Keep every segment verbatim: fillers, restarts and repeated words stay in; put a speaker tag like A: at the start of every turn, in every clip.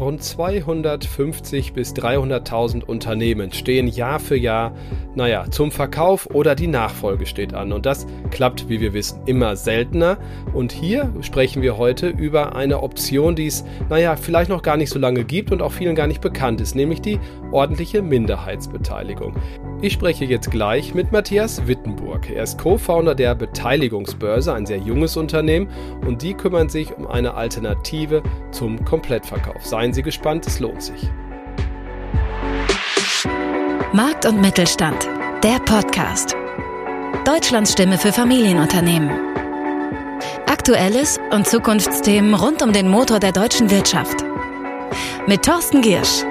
A: rund zweihundertfünfzig bis dreihunderttausend Unternehmen stehen Jahr für Jahr, naja, zum Verkauf oder die Nachfolge steht an. Und das klappt, wie wir wissen, immer seltener. Und hier sprechen wir heute über eine Option, die es, naja, vielleicht noch gar nicht so lange gibt und auch vielen gar nicht bekannt ist, nämlich die ordentliche Minderheitsbeteiligung. Ich spreche jetzt gleich mit Matthias Wittenburg. Er ist Co-Founder der Beteiligungsbörse, ein sehr junges Unternehmen, und die kümmern sich um eine Alternative zum Komplettverkauf. Seien Sie gespannt, es lohnt sich.
B: Markt und Mittelstand, der Podcast. Deutschlands Stimme für Familienunternehmen. Aktuelles und Zukunftsthemen rund um den Motor der deutschen Wirtschaft. Mit Thorsten Giersch.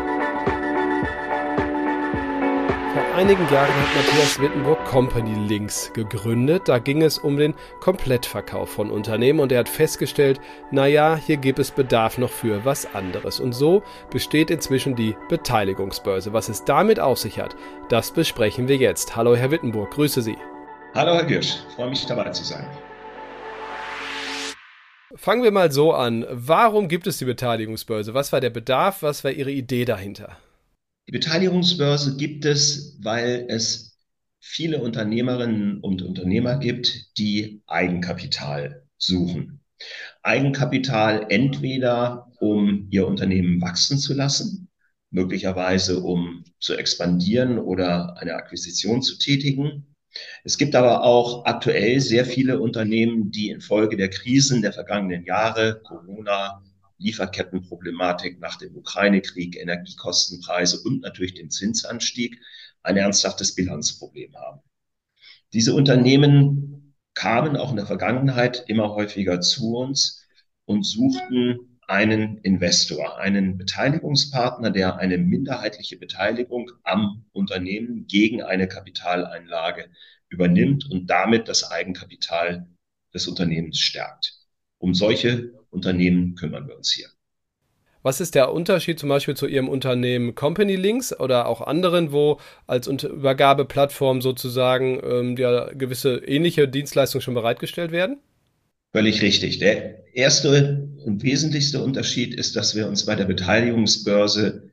A: Vor einigen Jahren hat Matthias Wittenburg Company Links gegründet. Da ging es um den Komplettverkauf von Unternehmen und er hat festgestellt, naja, hier gibt es Bedarf noch für was anderes. Und so besteht inzwischen die Beteiligungsbörse. Was es damit auf sich hat, das besprechen wir jetzt. Hallo Herr Wittenburg, grüße Sie.
C: Hallo Herr Giersch, freue mich dabei zu sein.
A: Fangen wir mal so an. Warum gibt es die Beteiligungsbörse? Was war der Bedarf? Was war Ihre Idee dahinter?
C: Die Beteiligungsbörse gibt es, weil es viele Unternehmerinnen und Unternehmer gibt, die Eigenkapital suchen. Eigenkapital entweder, um ihr Unternehmen wachsen zu lassen, möglicherweise um zu expandieren oder eine Akquisition zu tätigen. Es gibt aber auch aktuell sehr viele Unternehmen, die infolge der Krisen der vergangenen Jahre, Corona, Lieferkettenproblematik nach dem Ukraine-Krieg, Energiekostenpreise und natürlich dem Zinsanstieg ein ernsthaftes Bilanzproblem haben. Diese Unternehmen kamen auch in der Vergangenheit immer häufiger zu uns und suchten einen Investor, einen Beteiligungspartner, der eine minderheitliche Beteiligung am Unternehmen gegen eine Kapitaleinlage übernimmt und damit das Eigenkapital des Unternehmens stärkt. Um solche Unternehmen kümmern wir uns hier.
A: Was ist der Unterschied zum Beispiel zu Ihrem Unternehmen Company Links oder auch anderen, wo als Übergabeplattform sozusagen ähm, ja, gewisse ähnliche Dienstleistungen schon bereitgestellt werden?
C: Völlig richtig. Der erste und wesentlichste Unterschied ist, dass wir uns bei der Beteiligungsbörse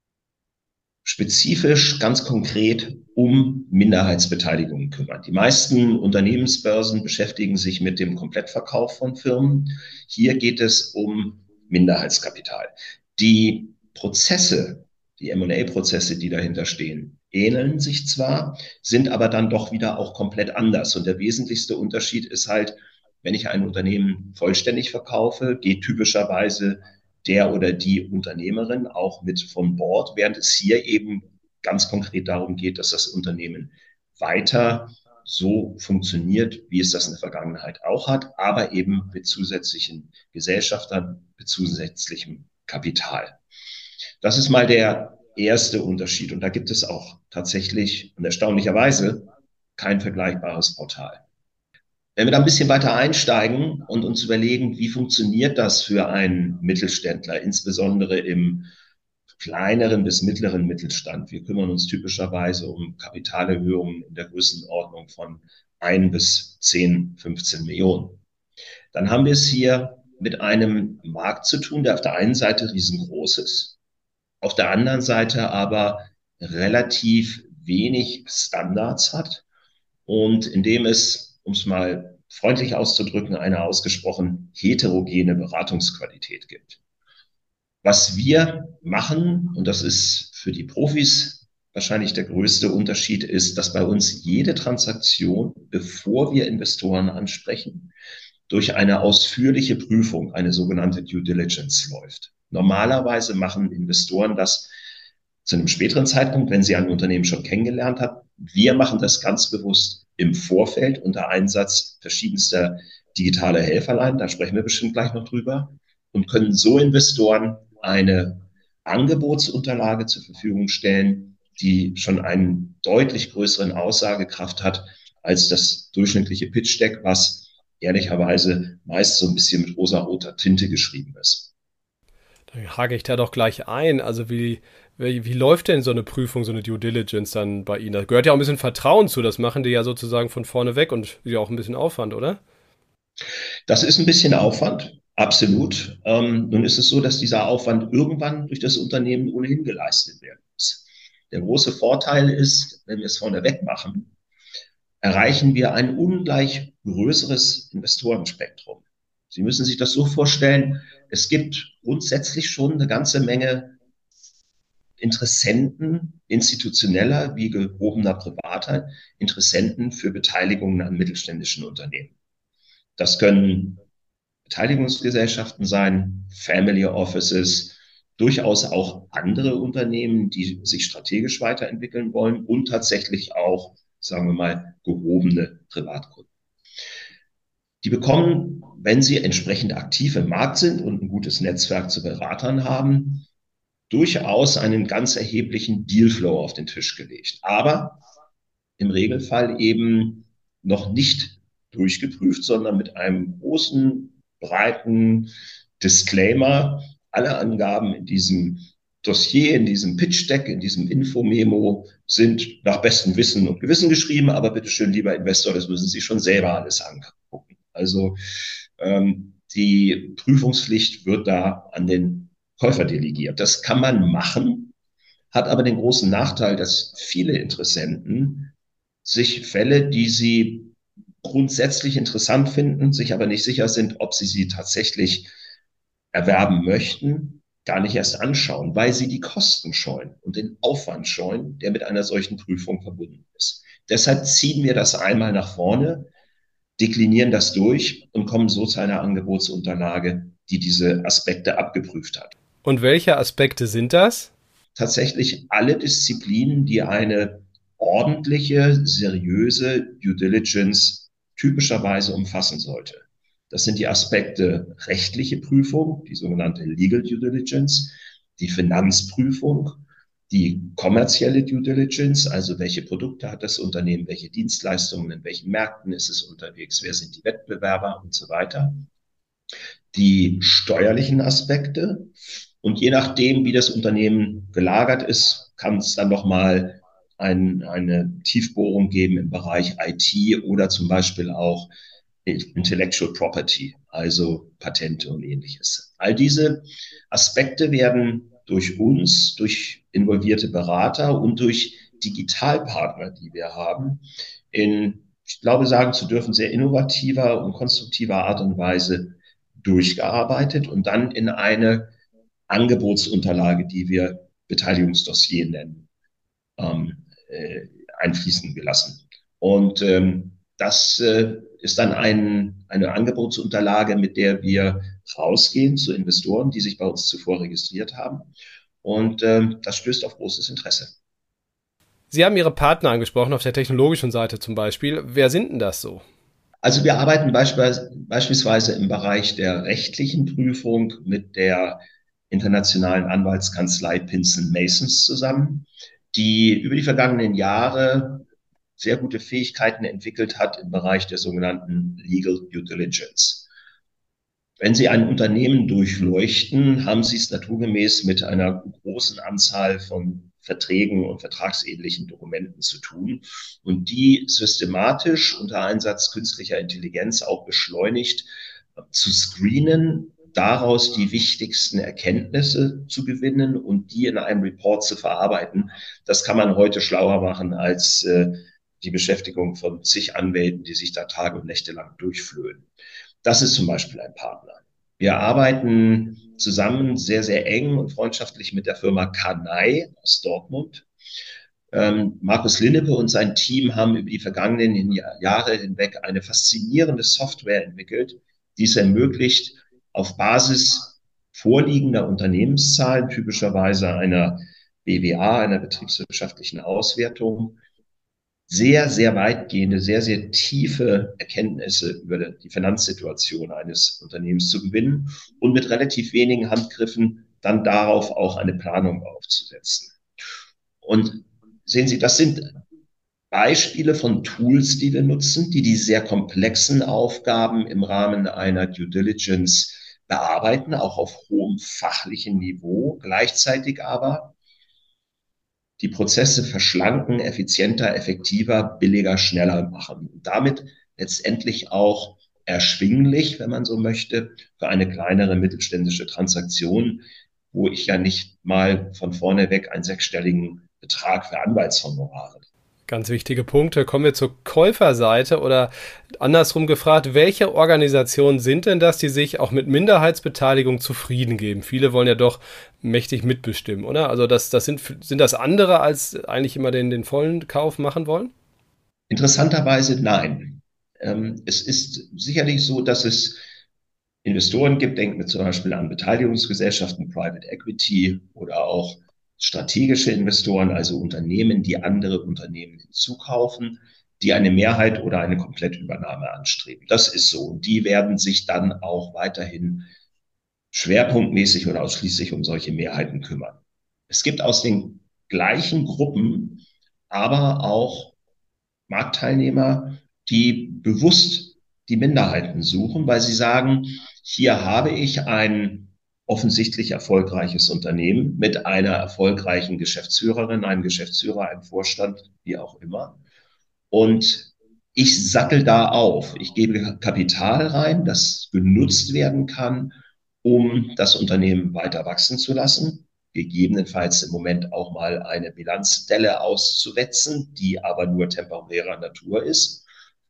C: spezifisch, ganz konkret um Minderheitsbeteiligungen kümmern. Die meisten Unternehmensbörsen beschäftigen sich mit dem Komplettverkauf von Firmen. Hier geht es um Minderheitskapital. Die Prozesse, die M und A-Prozesse, die dahinter stehen, ähneln sich zwar, sind aber dann doch wieder auch komplett anders. Und der wesentlichste Unterschied ist halt, wenn ich ein Unternehmen vollständig verkaufe, geht typischerweise der oder die Unternehmerin auch mit von Bord, während es hier eben ganz konkret darum geht, dass das Unternehmen weiter so funktioniert, wie es das in der Vergangenheit auch hat, aber eben mit zusätzlichen Gesellschaftern, mit zusätzlichem Kapital. Das ist mal der erste Unterschied. Und da gibt es auch tatsächlich und erstaunlicherweise kein vergleichbares Portal. Wenn wir da ein bisschen weiter einsteigen und uns überlegen, wie funktioniert das für einen Mittelständler, insbesondere im kleineren bis mittleren Mittelstand. Wir kümmern uns typischerweise um Kapitalerhöhungen in der Größenordnung von ein bis zehn, fünfzehn Millionen. Dann haben wir es hier mit einem Markt zu tun, der auf der einen Seite riesengroß ist, auf der anderen Seite aber relativ wenig Standards hat und in dem es, um es mal freundlich auszudrücken, eine ausgesprochen heterogene Beratungsqualität gibt. Was wir machen, und das ist für die Profis wahrscheinlich der größte Unterschied, ist, dass bei uns jede Transaktion, bevor wir Investoren ansprechen, durch eine ausführliche Prüfung, eine sogenannte Due Diligence läuft. Normalerweise machen Investoren das zu einem späteren Zeitpunkt, wenn sie ein Unternehmen schon kennengelernt haben. Wir machen das ganz bewusst im Vorfeld unter Einsatz verschiedenster digitaler Helferlein, da sprechen wir bestimmt gleich noch drüber, und können so Investoren eine Angebotsunterlage zur Verfügung stellen, die schon einen deutlich größeren Aussagekraft hat als das durchschnittliche Pitch-Deck, was ehrlicherweise meist so ein bisschen mit rosa-roter Tinte geschrieben ist.
A: Dann hake ich da doch gleich ein. Also wie, wie, wie läuft denn so eine Prüfung, so eine Due Diligence dann bei Ihnen? Da gehört ja auch ein bisschen Vertrauen zu. Das machen die ja sozusagen von vorne weg und ja auch ein bisschen Aufwand, oder?
C: Das ist ein bisschen Aufwand. Absolut. Ähm, nun ist es so, dass dieser Aufwand irgendwann durch das Unternehmen ohnehin geleistet werden muss. Der große Vorteil ist, wenn wir es vorneweg machen, erreichen wir ein ungleich größeres Investorenspektrum. Sie müssen sich das so vorstellen, es gibt grundsätzlich schon eine ganze Menge Interessenten, institutioneller wie gehobener privater Interessenten für Beteiligungen an mittelständischen Unternehmen. Das können Beteiligungsgesellschaften sein, Family Offices, durchaus auch andere Unternehmen, die sich strategisch weiterentwickeln wollen und tatsächlich auch, sagen wir mal, gehobene Privatkunden. Die bekommen, wenn sie entsprechend aktiv im Markt sind und ein gutes Netzwerk zu Beratern haben, durchaus einen ganz erheblichen Dealflow auf den Tisch gelegt. Aber im Regelfall eben noch nicht durchgeprüft, sondern mit einem großen, breiten Disclaimer. Alle Angaben in diesem Dossier, in diesem Pitch-Deck, in diesem Infomemo sind nach bestem Wissen und Gewissen geschrieben, aber bitteschön, lieber Investor, das müssen Sie schon selber alles angucken. Also ähm, die Prüfungspflicht wird da an den Käufer delegiert. Das kann man machen, hat aber den großen Nachteil, dass viele Interessenten sich Fälle, die sie grundsätzlich interessant finden, sich aber nicht sicher sind, ob sie sie tatsächlich erwerben möchten, gar nicht erst anschauen, weil sie die Kosten scheuen und den Aufwand scheuen, der mit einer solchen Prüfung verbunden ist. Deshalb ziehen wir das einmal nach vorne, deklinieren das durch und kommen so zu einer Angebotsunterlage, die diese Aspekte abgeprüft hat.
A: Und welche Aspekte sind das?
C: Tatsächlich alle Disziplinen, die eine ordentliche, seriöse Due Diligence typischerweise umfassen sollte. Das sind die Aspekte rechtliche Prüfung, die sogenannte Legal Due Diligence, die Finanzprüfung, die kommerzielle Due Diligence, also welche Produkte hat das Unternehmen, welche Dienstleistungen, in welchen Märkten ist es unterwegs, wer sind die Wettbewerber und so weiter. Die steuerlichen Aspekte und je nachdem, wie das Unternehmen gelagert ist, kann es dann nochmal ein, eine Tiefbohrung geben im Bereich I T oder zum Beispiel auch Intellectual Property, also Patente und ähnliches. All diese Aspekte werden durch uns, durch involvierte Berater und durch Digitalpartner, die wir haben, in, ich glaube, sagen zu dürfen, sehr innovativer und konstruktiver Art und Weise durchgearbeitet und dann in eine Angebotsunterlage, die wir Beteiligungsdossier nennen, ähm, äh, einfließen gelassen. Und ähm, das äh, ist dann ein, eine Angebotsunterlage, mit der wir rausgehen zu Investoren, die sich bei uns zuvor registriert haben. Und ähm, das stößt auf großes Interesse.
A: Sie haben Ihre Partner angesprochen, auf der technologischen Seite zum Beispiel. Wer sind denn das so?
C: Also wir arbeiten beispielsweise im Bereich der rechtlichen Prüfung mit der internationalen Anwaltskanzlei Pinson Masons zusammen, die über die vergangenen Jahre sehr gute Fähigkeiten entwickelt hat im Bereich der sogenannten Legal Due Diligence. Wenn Sie ein Unternehmen durchleuchten, haben Sie es naturgemäß mit einer großen Anzahl von Verträgen und vertragsähnlichen Dokumenten zu tun und die systematisch unter Einsatz künstlicher Intelligenz auch beschleunigt zu screenen, daraus die wichtigsten Erkenntnisse zu gewinnen und die in einem Report zu verarbeiten. Das kann man heute schlauer machen als äh, die Beschäftigung von zig Anwälten, die sich da Tage und Nächte lang durchflöhen. Das ist zum Beispiel ein Partner. Wir arbeiten zusammen sehr, sehr eng und freundschaftlich mit der Firma Kanai aus Dortmund. Ähm, Markus Linnepe und sein Team haben über die vergangenen Jahre hinweg eine faszinierende Software entwickelt, die es ermöglicht, auf Basis vorliegender Unternehmenszahlen, typischerweise einer B W A, einer betriebswirtschaftlichen Auswertung, sehr, sehr weitgehende, sehr, sehr tiefe Erkenntnisse über die Finanzsituation eines Unternehmens zu gewinnen und mit relativ wenigen Handgriffen dann darauf auch eine Planung aufzusetzen. Und sehen Sie, das sind Beispiele von Tools, die wir nutzen, die die sehr komplexen Aufgaben im Rahmen einer Due Diligence bearbeiten, auch auf hohem fachlichen Niveau, gleichzeitig aber die Prozesse verschlanken, effizienter, effektiver, billiger, schneller machen und damit letztendlich auch erschwinglich, wenn man so möchte, für eine kleinere mittelständische Transaktion, wo ich ja nicht mal von vorne weg einen sechsstelligen Betrag für Anwaltshonorare.
A: Ganz wichtige Punkte. Kommen wir zur Käuferseite oder andersrum gefragt, welche Organisationen sind denn das, die sich auch mit Minderheitsbeteiligung zufrieden geben? Viele wollen ja doch mächtig mitbestimmen, oder? Also das, das sind, sind das andere, als eigentlich immer den, den vollen Kauf machen wollen?
C: Interessanterweise nein. Ähm, es ist sicherlich so, dass es Investoren gibt, denken wir zum Beispiel an Beteiligungsgesellschaften, Private Equity oder auch strategische Investoren, also Unternehmen, die andere Unternehmen hinzukaufen, die eine Mehrheit oder eine Komplettübernahme anstreben. Das ist so. Und die werden sich dann auch weiterhin schwerpunktmäßig oder ausschließlich um solche Mehrheiten kümmern. Es gibt aus den gleichen Gruppen aber auch Marktteilnehmer, die bewusst die Minderheiten suchen, weil sie sagen, hier habe ich ein offensichtlich erfolgreiches Unternehmen mit einer erfolgreichen Geschäftsführerin, einem Geschäftsführer, einem Vorstand, wie auch immer. Und ich sattel da auf. Ich gebe Kapital rein, das genutzt werden kann, um das Unternehmen weiter wachsen zu lassen. Gegebenenfalls im Moment auch mal eine Bilanzdelle auszuwetzen, die aber nur temporärer Natur ist.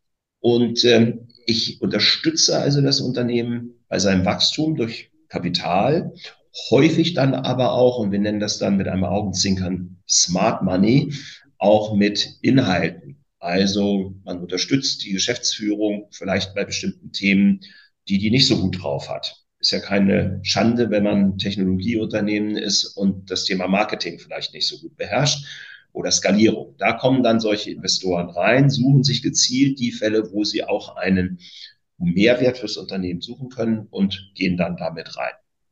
C: Und ähm, ich unterstütze also das Unternehmen bei seinem Wachstum durch Kapital, häufig dann aber auch, und wir nennen das dann mit einem Augenzwinkern Smart Money, auch mit Inhalten. Also man unterstützt die Geschäftsführung vielleicht bei bestimmten Themen, die die nicht so gut drauf hat. Ist ja keine Schande, wenn man Technologieunternehmen ist und das Thema Marketing vielleicht nicht so gut beherrscht oder Skalierung. Da kommen dann solche Investoren rein, suchen sich gezielt die Fälle, wo sie auch einen Mehrwert fürs Unternehmen suchen können und gehen dann damit rein.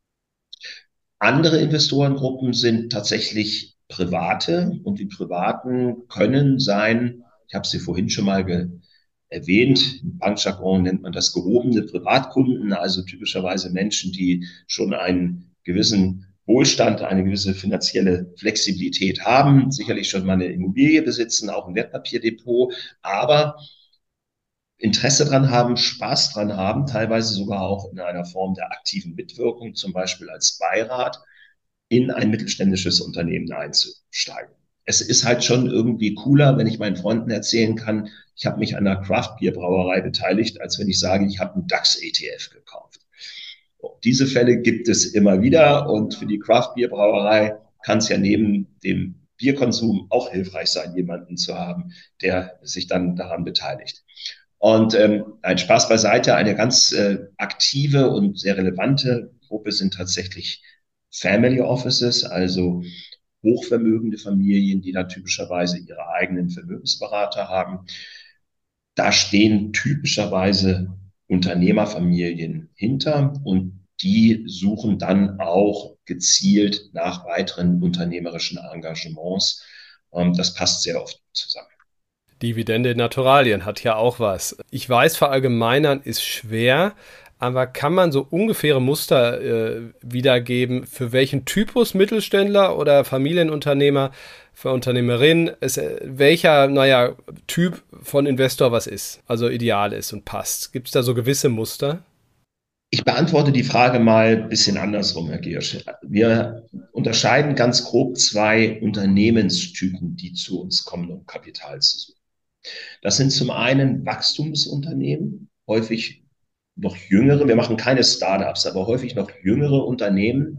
C: Andere Investorengruppen sind tatsächlich private und die Privaten können sein, ich habe sie vorhin schon mal ge erwähnt, im Bankjargon nennt man das gehobene Privatkunden, also typischerweise Menschen, die schon einen gewissen Wohlstand, eine gewisse finanzielle Flexibilität haben, sicherlich schon mal eine Immobilie besitzen, auch ein Wertpapierdepot, aber Interesse dran haben, Spaß dran haben, teilweise sogar auch in einer Form der aktiven Mitwirkung, zum Beispiel als Beirat, in ein mittelständisches Unternehmen einzusteigen. Es ist halt schon irgendwie cooler, wenn ich meinen Freunden erzählen kann, ich habe mich an einer Craft-Bier-Brauerei beteiligt, als wenn ich sage, ich habe einen DAX-E T F gekauft. Diese Fälle gibt es immer wieder und für die Craft-Bier-Brauerei kann es ja neben dem Bierkonsum auch hilfreich sein, jemanden zu haben, der sich dann daran beteiligt. Und ähm, ein Spaß beiseite, eine ganz äh, aktive und sehr relevante Gruppe sind tatsächlich Family Offices, also hochvermögende Familien, die da typischerweise ihre eigenen Vermögensberater haben. Da stehen typischerweise Unternehmerfamilien hinter und die suchen dann auch gezielt nach weiteren unternehmerischen Engagements. Das passt sehr oft zusammen.
A: Dividende in Naturalien hat ja auch was. Ich weiß, verallgemeinern ist schwer, aber kann man so ungefähre Muster äh, wiedergeben, für welchen Typus Mittelständler oder Familienunternehmer, für Unternehmerin, es, äh, welcher, naja, Typ von Investor was ist, also ideal ist und passt? Gibt es da so gewisse Muster?
C: Ich beantworte die Frage mal ein bisschen andersrum, Herr Giersch. Wir unterscheiden ganz grob zwei Unternehmenstypen, die zu uns kommen, um Kapital zu suchen. Das sind zum einen Wachstumsunternehmen, häufig noch jüngere, wir machen keine Startups, aber häufig noch jüngere Unternehmen,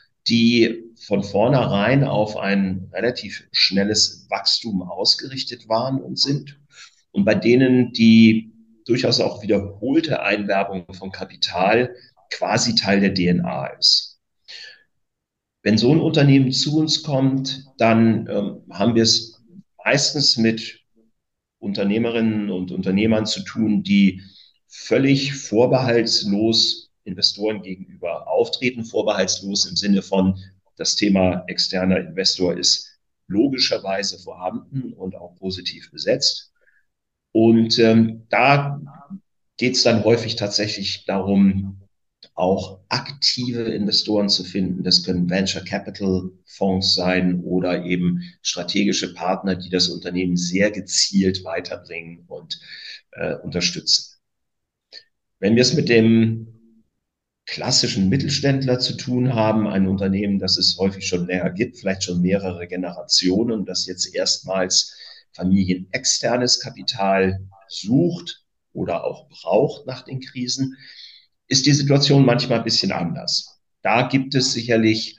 C: die von vornherein auf ein relativ schnelles Wachstum ausgerichtet waren und sind und bei denen die durchaus auch wiederholte Einwerbung von Kapital quasi Teil der D N A ist. Wenn so ein Unternehmen zu uns kommt, dann ähm, haben wir es meistens mit Unternehmerinnen und Unternehmern zu tun, die völlig vorbehaltslos Investoren gegenüber auftreten, vorbehaltslos im Sinne von, das Thema externer Investor ist logischerweise vorhanden und auch positiv besetzt. Und ähm, da geht es dann häufig tatsächlich darum, auch aktive Investoren zu finden. Das können Venture Capital Fonds sein oder eben strategische Partner, die das Unternehmen sehr gezielt weiterbringen und äh, unterstützen. Wenn wir es mit dem klassischen Mittelständler zu tun haben, ein Unternehmen, das es häufig schon länger gibt, vielleicht schon mehrere Generationen, das jetzt erstmals familienexternes Kapital sucht oder auch braucht nach den Krisen, ist die Situation manchmal ein bisschen anders. Da gibt es sicherlich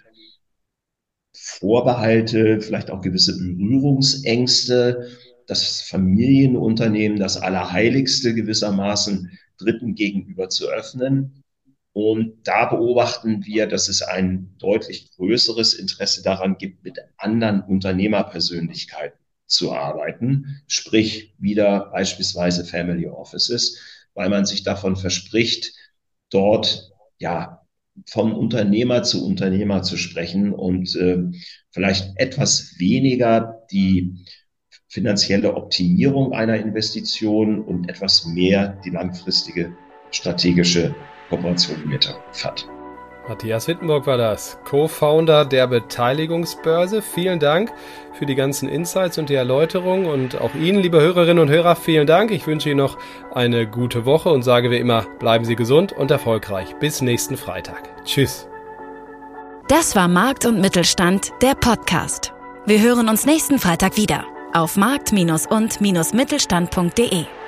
C: Vorbehalte, vielleicht auch gewisse Berührungsängste, das Familienunternehmen, das Allerheiligste gewissermaßen Dritten gegenüber zu öffnen. Und da beobachten wir, dass es ein deutlich größeres Interesse daran gibt, mit anderen Unternehmerpersönlichkeiten zu arbeiten, sprich wieder beispielsweise Family Offices, weil man sich davon verspricht, dort ja von Unternehmer zu Unternehmer zu sprechen und äh, vielleicht etwas weniger die finanzielle Optimierung einer Investition und etwas mehr die langfristige strategische Kooperation im Hinterkopf hat.
A: Matthias Wittenburg war das, Co-Founder der Beteiligungsbörse. Vielen Dank für die ganzen Insights und die Erläuterung und auch Ihnen, liebe Hörerinnen und Hörer, vielen Dank. Ich wünsche Ihnen noch eine gute Woche und sage wie immer, bleiben Sie gesund und erfolgreich. Bis nächsten Freitag. Tschüss.
B: Das war Markt und Mittelstand, der Podcast. Wir hören uns nächsten Freitag wieder auf markt- und mittelstand punkt de.